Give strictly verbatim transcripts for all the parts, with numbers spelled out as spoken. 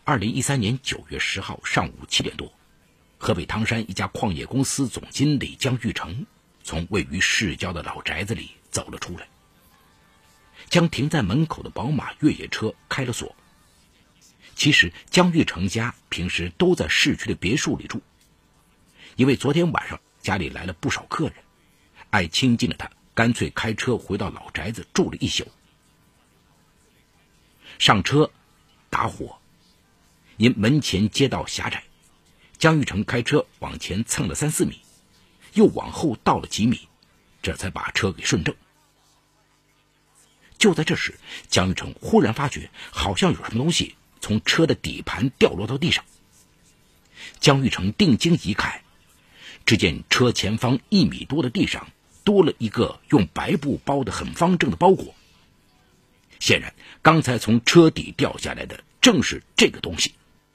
二零一三年九月十号上午七点多，河北唐山一家矿业公司总经理姜玉成从位于市郊的老宅子里走了出来，将停在门口的宝马越野车开了锁。其实姜玉成家平时都在市区的别墅里住，因为昨天晚上家里来了不少客人，爱亲近的他干脆开车回到老宅子住了一宿。上车打火，因门前街道狭窄，姜玉成开车往前蹭了三四米，又往后倒了几米，这才把车给顺正。就在这时，姜玉成忽然发觉好像有什么东西从车的底盘掉落到地上。姜玉成定睛一看，只见车前方一米多的地上多了一个用白布包得很方正的包裹，显然刚才从车底掉下来的正是这个东西。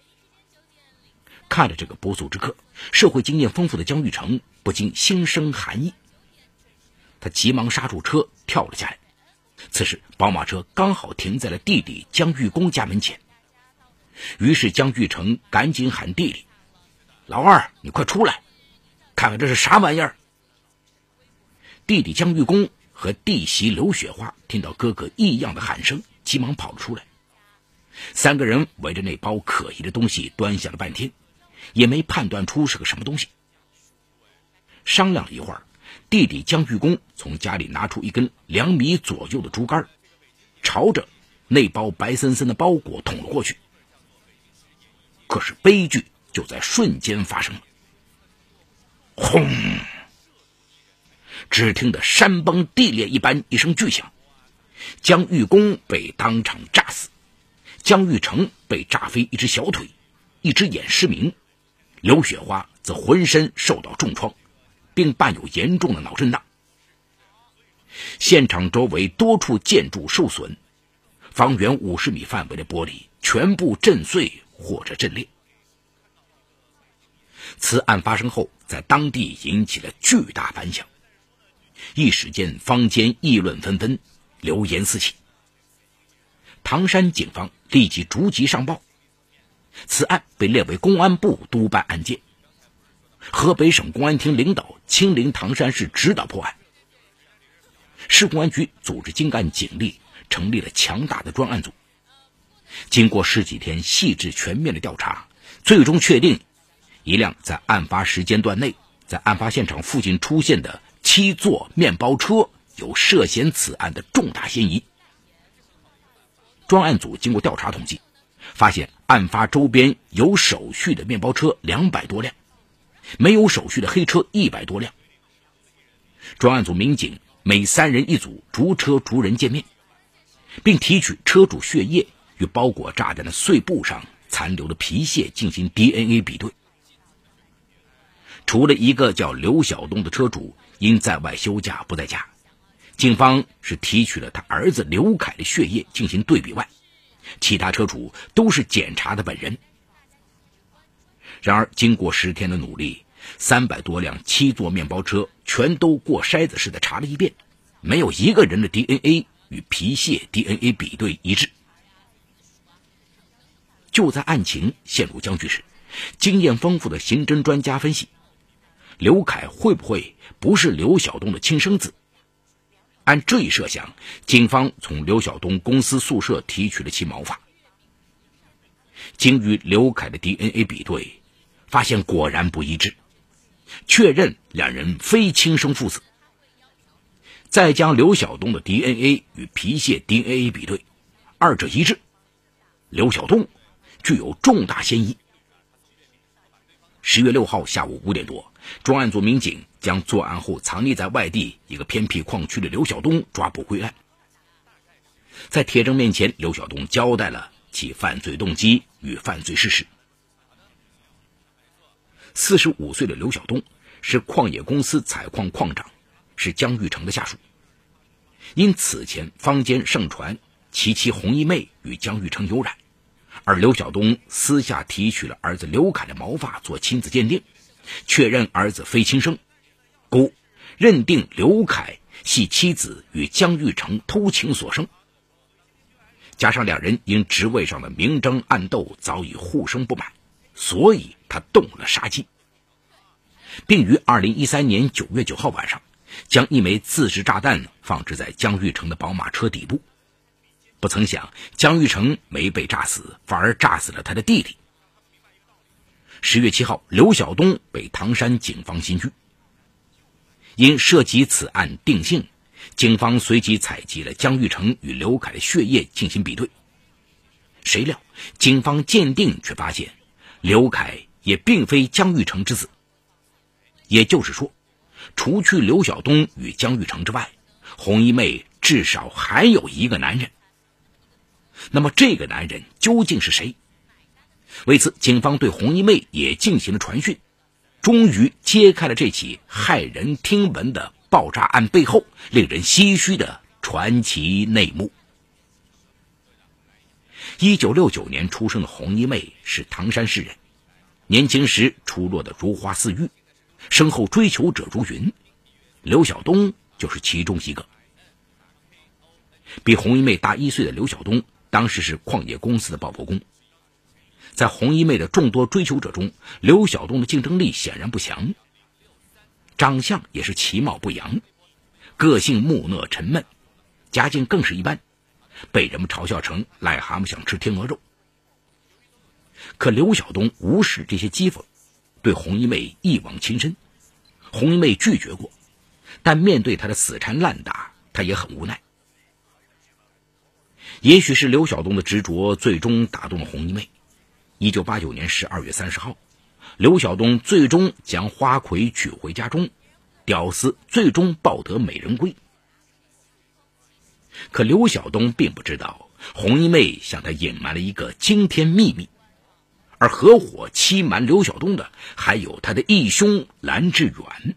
看着这个不速之客，社会经验丰富的姜玉成不禁心生寒意，他急忙刹住车跳了下来。此时宝马车刚好停在了弟弟姜玉公家门前，于是姜玉成赶紧喊弟弟：老二，你快出来，看看这是啥玩意儿。弟弟姜玉公和弟媳刘雪花听到哥哥异样的喊声，急忙跑了出来。三个人围着那包可疑的东西端详了半天，也没判断出是个什么东西。商量了一会儿，弟弟姜玉公从家里拿出一根两米左右的竹竿，朝着那包白森森的包裹捅了过去。可是悲剧就在瞬间发生了，轰！只听得山崩地裂一般一声巨响，姜玉公被当场炸死，姜玉成被炸飞一只小腿，一只眼失明，刘雪花则浑身受到重创，并伴有严重的脑震荡。现场周围多处建筑受损，方圆五十米范围的玻璃全部震碎或者震裂。此案发生后，在当地引起了巨大反响，一时间坊间议论纷纷，流言四起。唐山警方立即逐级上报，此案被列为公安部督办案件，河北省公安厅领导亲临唐山市指导破案。市公安局组织精干警力，成立了强大的专案组。经过十几天细致全面的调查，最终确定一辆在案发时间段内在案发现场附近出现的七座面包车有涉嫌此案的重大嫌疑。专案组经过调查统计，发现案发周边有手续的面包车两百多辆，没有手续的黑车一百多辆。专案组民警每三人一组，逐车逐人见面，并提取车主血液与包裹炸弹的碎布上残留的皮屑进行 D N A 比对。除了一个叫刘晓东的车主因在外休假不在家，警方是提取了他儿子刘凯的血液进行对比外，其他车主都是检查的本人。然而经过十天的努力，三百多辆七座面包车全都过筛子似的查了一遍，没有一个人的 D N A 与皮屑 D N A 比对一致。就在案情陷入僵局时，经验丰富的刑侦专家分析，刘凯会不会不是刘晓东的亲生子？按这一设想，警方从刘晓东公司宿舍提取了其毛发，经与刘凯的 D N A 比对，发现果然不一致，确认两人非亲生父子。再将刘晓东的 D N A 与皮屑 D N A 比对，二者一致，刘晓东具有重大嫌疑。十月六号下午五点多，专案组民警将作案后藏匿在外地一个偏僻矿区的刘晓东抓捕归案。在铁证面前，刘晓东交代了其犯罪动机与犯罪事实。四十五岁的刘晓东是矿业公司采矿矿长，是姜玉成的下属。因此前坊间盛传其妻洪一妹与姜玉成有染，而刘晓东私下提取了儿子刘凯的毛发做亲子鉴定，确认儿子非亲生，故认定刘凯系妻子与姜玉成偷情所生。 加上两人因职位上的明争暗斗早已互生不满，所以他动了杀机，并于二零一三年九月九号晚上将一枚自制炸弹放置在姜玉成的宝马车底部。不曾想姜玉成没被炸死，反而炸死了他的弟弟。十月七号，刘晓东被唐山警方刑拘。因涉及此案定性，警方随即采集了姜玉成与刘凯的血液进行比对。谁料警方鉴定却发现刘凯也并非姜玉成之子，也就是说，除去刘晓东与姜玉成之外，洪一妹至少还有一个男人。那么这个男人究竟是谁？为此，警方对洪一妹也进行了传讯，终于揭开了这起骇人听闻的爆炸案背后令人唏嘘的传奇内幕。一九六九年出生的洪一妹是唐山市人，年轻时出落得如花似玉，身后追求者如云，刘晓东就是其中一个。比洪一妹大一岁的刘晓东当时是矿业公司的爆破工，在洪一妹的众多追求者中，刘晓东的竞争力显然不强，长相也是其貌不扬，个性木讷沉闷，家境更是一般，被人们嘲笑成癞蛤蟆想吃天鹅肉。可刘晓东无视这些讥讽，对洪一妹一往情深。洪一妹拒绝过，但面对他的死缠烂打，他也很无奈。也许是刘晓东的执着最终打动了洪一妹。一九八九年十二月三十号，刘晓东最终将花魁娶回家中，屌丝最终抱得美人归。可刘晓东并不知道，洪一妹向他隐瞒了一个惊天秘密，而合伙欺瞒刘晓东的还有他的义兄蓝志远。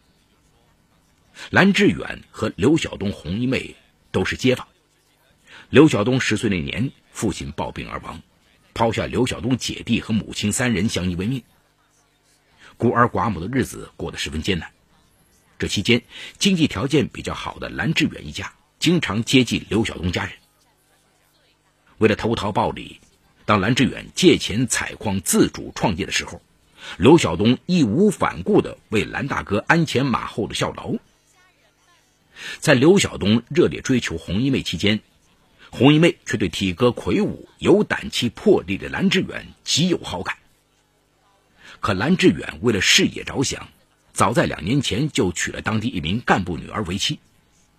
蓝志远和刘晓东、洪一妹都是街坊。刘晓东十岁那年，父亲暴病而亡，抛下刘晓东姐弟和母亲三人相依为命，孤儿寡母的日子过得十分艰难。这期间，经济条件比较好的蓝志远一家经常接济刘晓东家人。为了投桃报李，当蓝志远借钱采矿自主创业的时候，刘晓东义无反顾地为蓝大哥鞍前马后的效劳。在刘晓东热烈追求洪一妹期间，洪一妹却对体格魁梧、有胆气魄力的蓝志远极有好感。可蓝志远为了事业着想，早在两年前就娶了当地一名干部女儿为妻。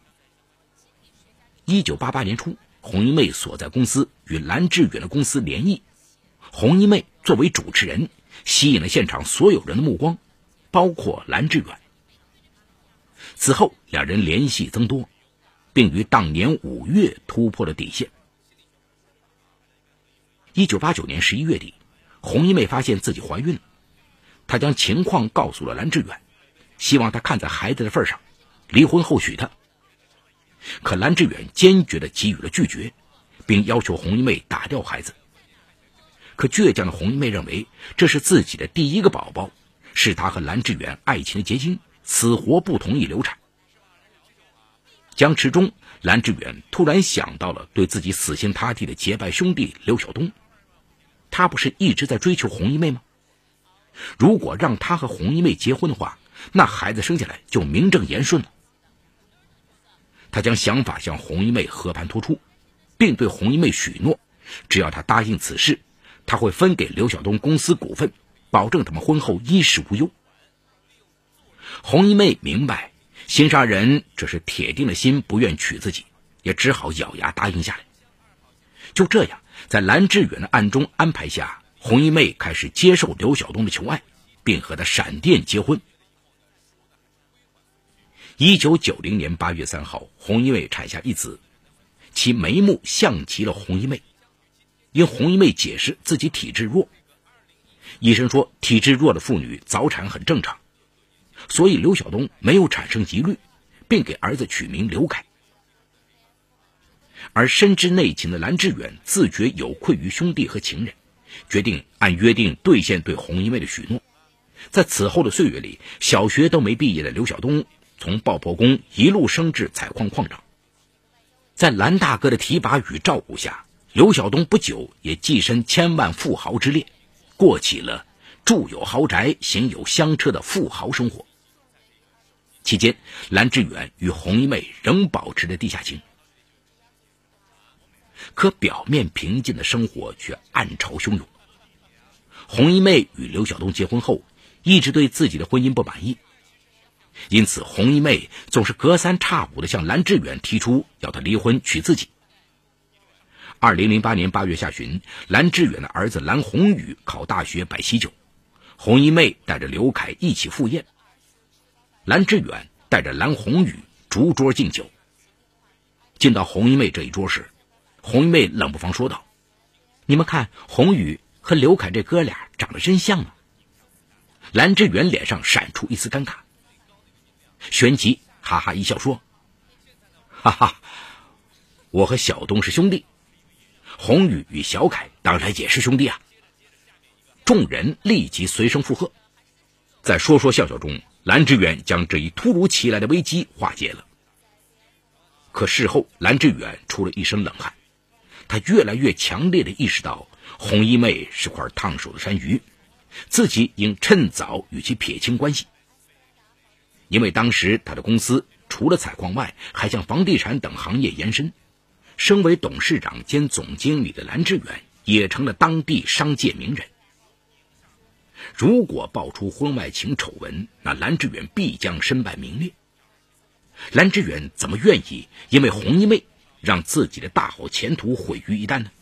一九八八年初，洪一妹所在公司与蓝志远的公司联谊，洪一妹作为主持人，吸引了现场所有人的目光，包括蓝志远。此后两人联系增多，并于当年五月突破了底线。一九八九年十一月底，洪一妹发现自己怀孕了，她将情况告诉了蓝志远，希望他看在孩子的份上，离婚后娶她。可蓝志远坚决地给予了拒绝，并要求洪一妹打掉孩子。可倔强的洪一妹认为这是自己的第一个宝宝，是她和蓝志远爱情的结晶，死活不同意流产。僵持中，蓝志远突然想到了对自己死心塌地的结拜兄弟刘晓东，他不是一直在追求洪一妹吗？如果让他和洪一妹结婚的话，那孩子生下来就名正言顺了。他将想法向洪一妹和盘托出，并对洪一妹许诺，只要他答应此事，他会分给刘晓东公司股份，保证他们婚后衣食无忧。洪一妹明白新杀人这是铁定了心不愿娶自己，也只好咬牙答应下来。就这样，在蓝志远的暗中安排下，洪一妹开始接受刘晓东的求爱，并和他闪电结婚。一九九零年八月三号，洪一妹产下一子，其眉目像极了洪一妹。因洪一妹解释自己体质弱，医生说体质弱的妇女早产很正常，所以刘晓东没有产生疑虑，并给儿子取名刘凯。而深知内情的蓝志远自觉有愧于兄弟和情人，决定按约定兑现对洪一妹的许诺。在此后的岁月里，小学都没毕业的刘晓东从爆破工一路升至采矿矿长。在蓝大哥的提拔与照顾下， 刘晓东不久也跻身千万富豪之列，过起了住有豪宅、行有香车的富豪生活。期间，蓝志远与洪一妹仍保持着地下情，可表面平静的生活却暗潮汹涌。洪一妹与刘晓东结婚后，一直对自己的婚姻不满意，因此洪一妹总是隔三差五地向蓝志远提出要他离婚娶自己。二零零八年八月下旬，蓝志远的儿子蓝宏宇考大学摆喜酒，洪一妹带着刘凯一起赴宴，蓝志远带着蓝宏宇逐桌敬酒。进到洪一妹这一桌时，洪一妹冷不防说道：“你们看，宏宇和刘凯这哥俩长得真像啊。”蓝志远脸上闪出一丝尴尬，旋即哈哈一笑说：“哈哈，我和小东是兄弟，宏宇与小凯当然也是兄弟啊。”众人立即随声附和。在说说笑笑中，蓝志远将这一突如其来的危机化解了。可事后蓝志远出了一身冷汗，他越来越强烈地意识到洪一妹是块烫手的山芋，自己应趁早与其撇清关系。因为当时他的公司除了采矿外，还向房地产等行业延伸，身为董事长兼总经理的蓝志远也成了当地商界名人。如果爆出婚外情丑闻，那蓝志远必将身败名裂。蓝志远怎么愿意因为洪一妹让自己的大好前途毁于一旦呢？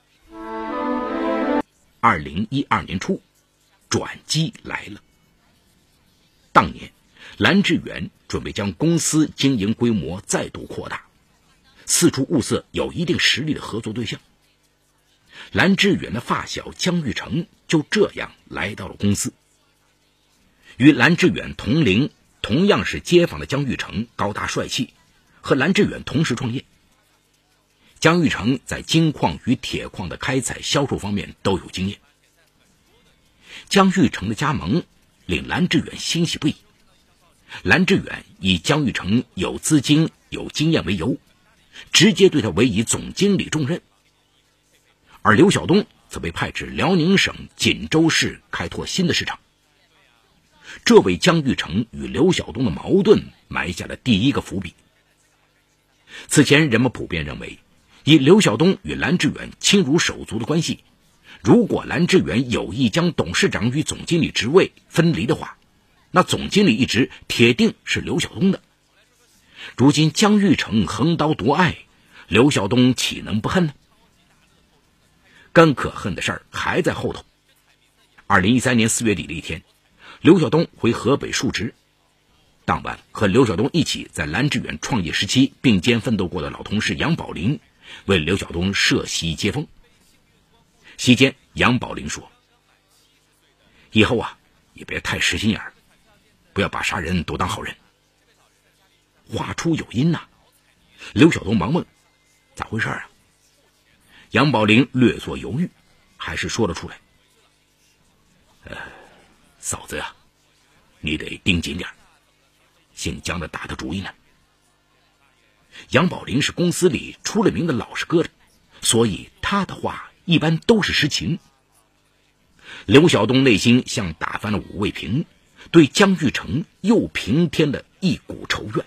二零一二年初，转机来了。当年蓝志远准备将公司经营规模再度扩大，四处物色有一定实力的合作对象。蓝志远的发小姜玉成就这样来到了公司。与蓝志远同龄，同样是街坊的姜玉成高大帅气，和蓝志远同时创业。姜玉成在金矿与铁矿的开采销售方面都有经验。姜玉成的加盟令蓝志远欣喜不已。蓝志远以姜玉成有资金有经验为由，直接对他委以总经理重任。而刘晓东则被派至辽宁省锦州市开拓新的市场，这为姜玉成与刘晓东的矛盾埋下了第一个伏笔。此前人们普遍认为，以刘晓东与蓝志远亲如手足的关系，如果蓝志远有意将董事长与总经理职位分离的话，那总经理一职铁定是刘晓东的。如今姜玉成横刀夺爱，刘晓东岂能不恨呢？更可恨的事儿还在后头。二零一三年四月底的一天，刘晓东回河北述职，当晚和刘晓东一起在蓝志远创业时期并肩奋斗过的老同事杨宝林为刘晓东设席接风。席间杨宝林说：“以后啊，也别太实心眼儿，不要把杀人都当好人。”话出有因呐、啊，刘晓东忙问：“咋回事啊？”杨宝林略作犹豫，还是说了出来：“呃，嫂子呀、啊，你得盯紧点，姓姜的打的主意呢。”杨宝林是公司里出了名的老实疙瘩，所以他的话一般都是实情。刘晓东内心像打翻了五味瓶，对姜玉成又平添了一股仇怨。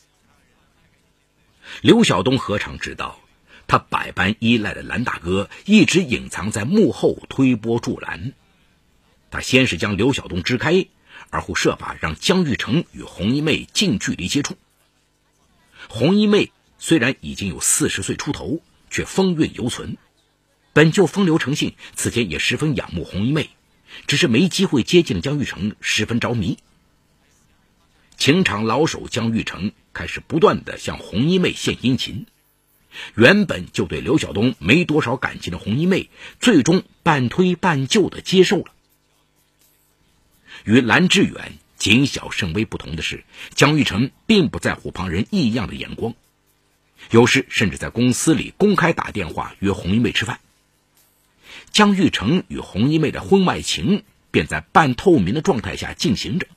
刘晓东何尝知道，他百般依赖的蓝大哥一直隐藏在幕后推波助澜。他先是将刘晓东支开，而后设法让姜玉成与洪一妹近距离接触。洪一妹虽然已经有四十岁出头，却风韵犹存，本就风流成性，此前也十分仰慕洪一妹，只是没机会接近姜玉成，十分着迷。情场老手姜玉成开始不断地向洪一妹献殷勤，原本就对刘晓东没多少感情的洪一妹，最终半推半就地接受了。与蓝志远谨小慎微不同的是，姜玉成并不在乎旁人异样的眼光，有时甚至在公司里公开打电话约洪一妹吃饭。姜玉成与洪一妹的婚外情便在半透明的状态下进行着，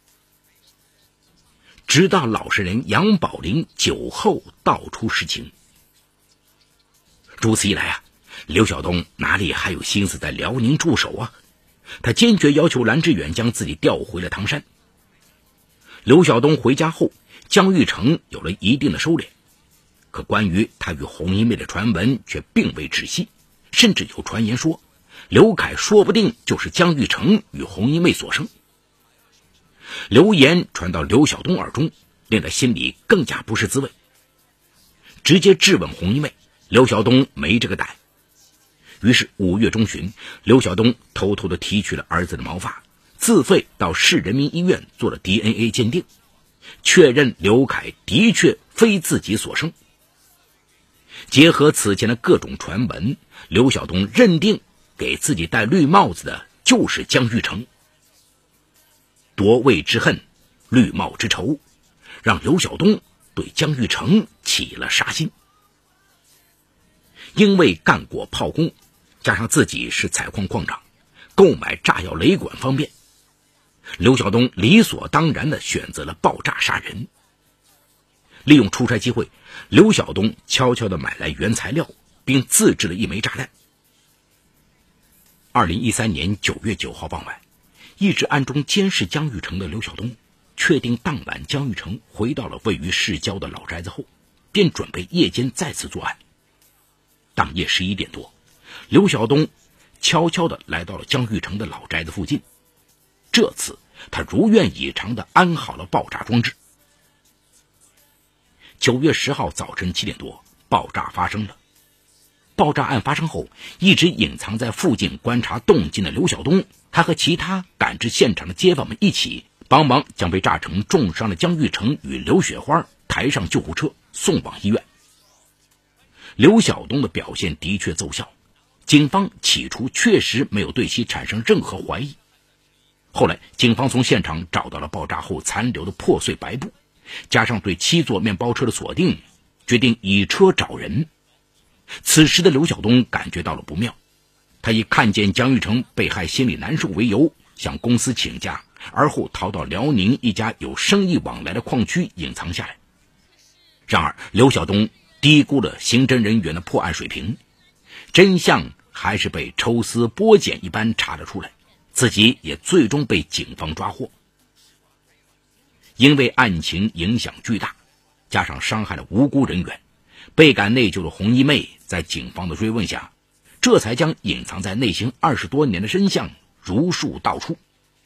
直到老实人杨宝林酒后道出实情。如此一来啊， 刘晓东哪里还有心思在辽宁驻守啊？他坚决要求蓝志远将自己调回了唐山。刘晓东回家后，姜玉成有了一定的收敛，可关于他与洪一妹的传闻却并未止息，甚至有传言说刘凯说不定就是姜玉成与洪一妹所生。流言传到刘晓东耳中，令他心里更加不是滋味。直接质问洪一妹，刘晓东没这个胆。于是五月中旬，刘晓东偷偷地提取了儿子的毛发，自费到市人民医院做了 D N A 鉴定，确认刘凯的确非自己所生。结合此前的各种传闻，刘晓东认定给自己戴绿帽子的就是姜玉成。夺位之恨，绿帽之仇，让刘晓东对姜玉成起了杀心。因为干过炮工，加上自己是采矿矿长，购买炸药雷管方便，刘晓东理所当然地选择了爆炸杀人。利用出差机会，刘晓东悄悄地买来原材料，并自制了一枚炸弹。二零一三年九月九号傍晚，一直暗中监视姜玉成的刘晓东确定当晚姜玉成回到了位于市郊的老宅子后，便准备夜间再次作案。当夜十一点多，刘晓东悄悄地来到了姜玉成的老宅子附近。这次他如愿以偿地安好了爆炸装置。九月十号早晨七点多，爆炸发生了。爆炸案发生后，一直隐藏在附近观察动静的刘晓东，还和其他赶至现场的街坊们一起帮忙将被炸成重伤的姜玉成与刘雪花抬上救护车送往医院。刘晓东的表现的确奏效，警方起初确实没有对其产生任何怀疑。后来警方从现场找到了爆炸后残留的破碎白布，加上对七座面包车的锁定，决定以车找人。此时的刘晓东感觉到了不妙，他以看见姜玉成被害心里难受为由，向公司请假，而后逃到辽宁一家有生意往来的矿区隐藏下来。然而刘晓东低估了刑侦人员的破案水平，真相还是被抽丝剥茧一般查了出来，自己也最终被警方抓获。因为案情影响巨大，加上伤害了无辜人员，倍感内疚的洪一妹在警方的追问下，这才将隐藏在内心二十多年的真相如数道出。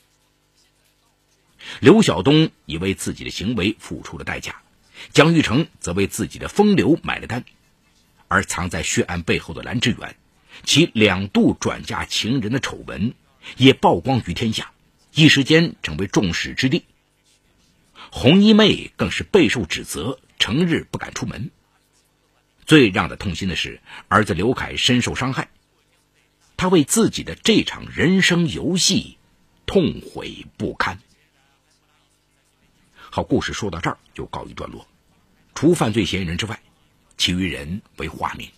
刘晓东已为自己的行为付出了代价，姜玉成则为自己的风流买了单。而藏在血案背后的蓝志远，其两度转嫁情人的丑闻也曝光于天下，一时间成为众矢之的。洪一妹更是备受指责，成日不敢出门。最让他痛心的是，儿子刘凯深受伤害，他为自己的这场人生游戏痛悔不堪。好，故事说到这儿就告一段落。除犯罪嫌疑人之外，其余人为化名。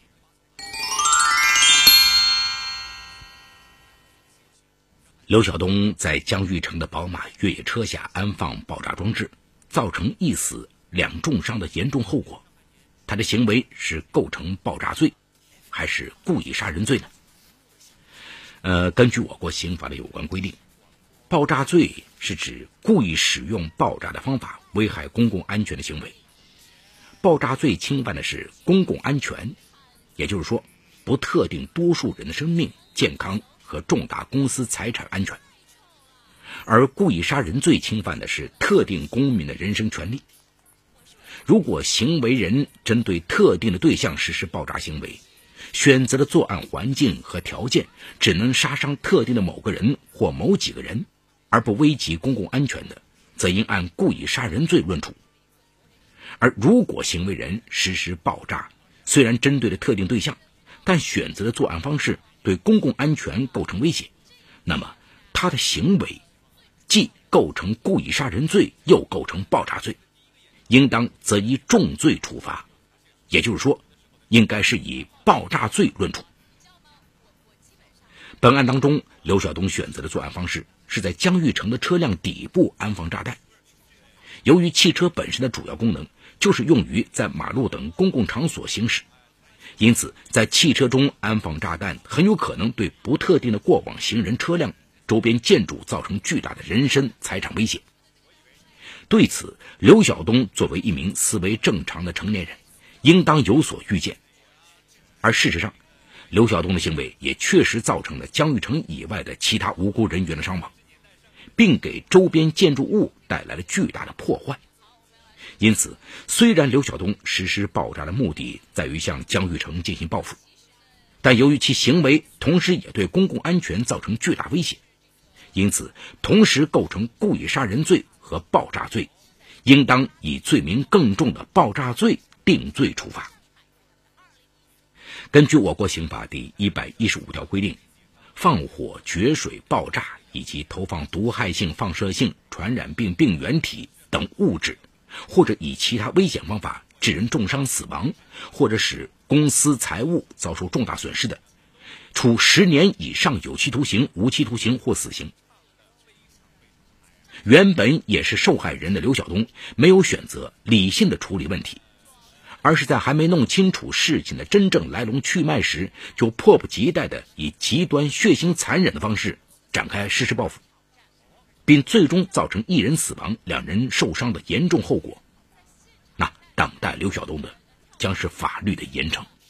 刘晓东在姜玉成的宝马越野车下安放爆炸装置，造成一死两重伤的严重后果，他的行为是构成爆炸罪还是故意杀人罪呢？呃，根据我国刑法的有关规定，爆炸罪是指故意使用爆炸的方法危害公共安全的行为。爆炸罪侵犯的是公共安全，也就是说不特定多数人的生命、健康和重大公司财产安全。而故意杀人罪侵犯的是特定公民的人身权利。如果行为人针对特定的对象实施爆炸行为，选择的作案环境和条件只能杀伤特定的某个人或某几个人，而不危及公共安全的，则应按故意杀人罪论处。而如果行为人实施爆炸，虽然针对了特定对象，但选择的作案方式对公共安全构成威胁，那么他的行为既构成故意杀人罪，又构成爆炸罪，应当则以重罪处罚，也就是说应该是以爆炸罪论处。本案当中，刘晓东选择的作案方式是在姜玉成的车辆底部安放炸弹。由于汽车本身的主要功能就是用于在马路等公共场所行驶， 因此在汽车中安放炸弹很有可能对不特定的过往行人、车辆、周边建筑造成巨大的人身财产威胁。对此，刘晓东作为一名思维正常的成年人，应当有所预见。而事实上，刘晓东的行为也确实造成了江玉成以外的其他无辜人员的伤亡，并给周边建筑物带来了巨大的破坏。因此，虽然刘晓东实施爆炸的目的在于向江玉成进行报复，但由于其行为同时也对公共安全造成巨大威胁，因此同时构成故意杀人罪和爆炸罪，应当以罪名更重的爆炸罪定罪处罚。根据我国刑法第一百一十五条规定，放火、决水、爆炸以及投放毒害性、放射性、传染病病原体等物质，或者以其他危险方法致人重伤死亡，或者使公私财物遭受重大损失的，处十年以上有期徒刑、无期徒刑或死刑。原本也是受害人的刘晓东没有选择理性的处理问题，而是在还没弄清楚事情的真正来龙去脉时，就迫不及待地以极端血腥残忍的方式展开实施报复，并最终造成一人死亡、两人受伤的严重后果。那等待刘晓东的将是法律的严惩。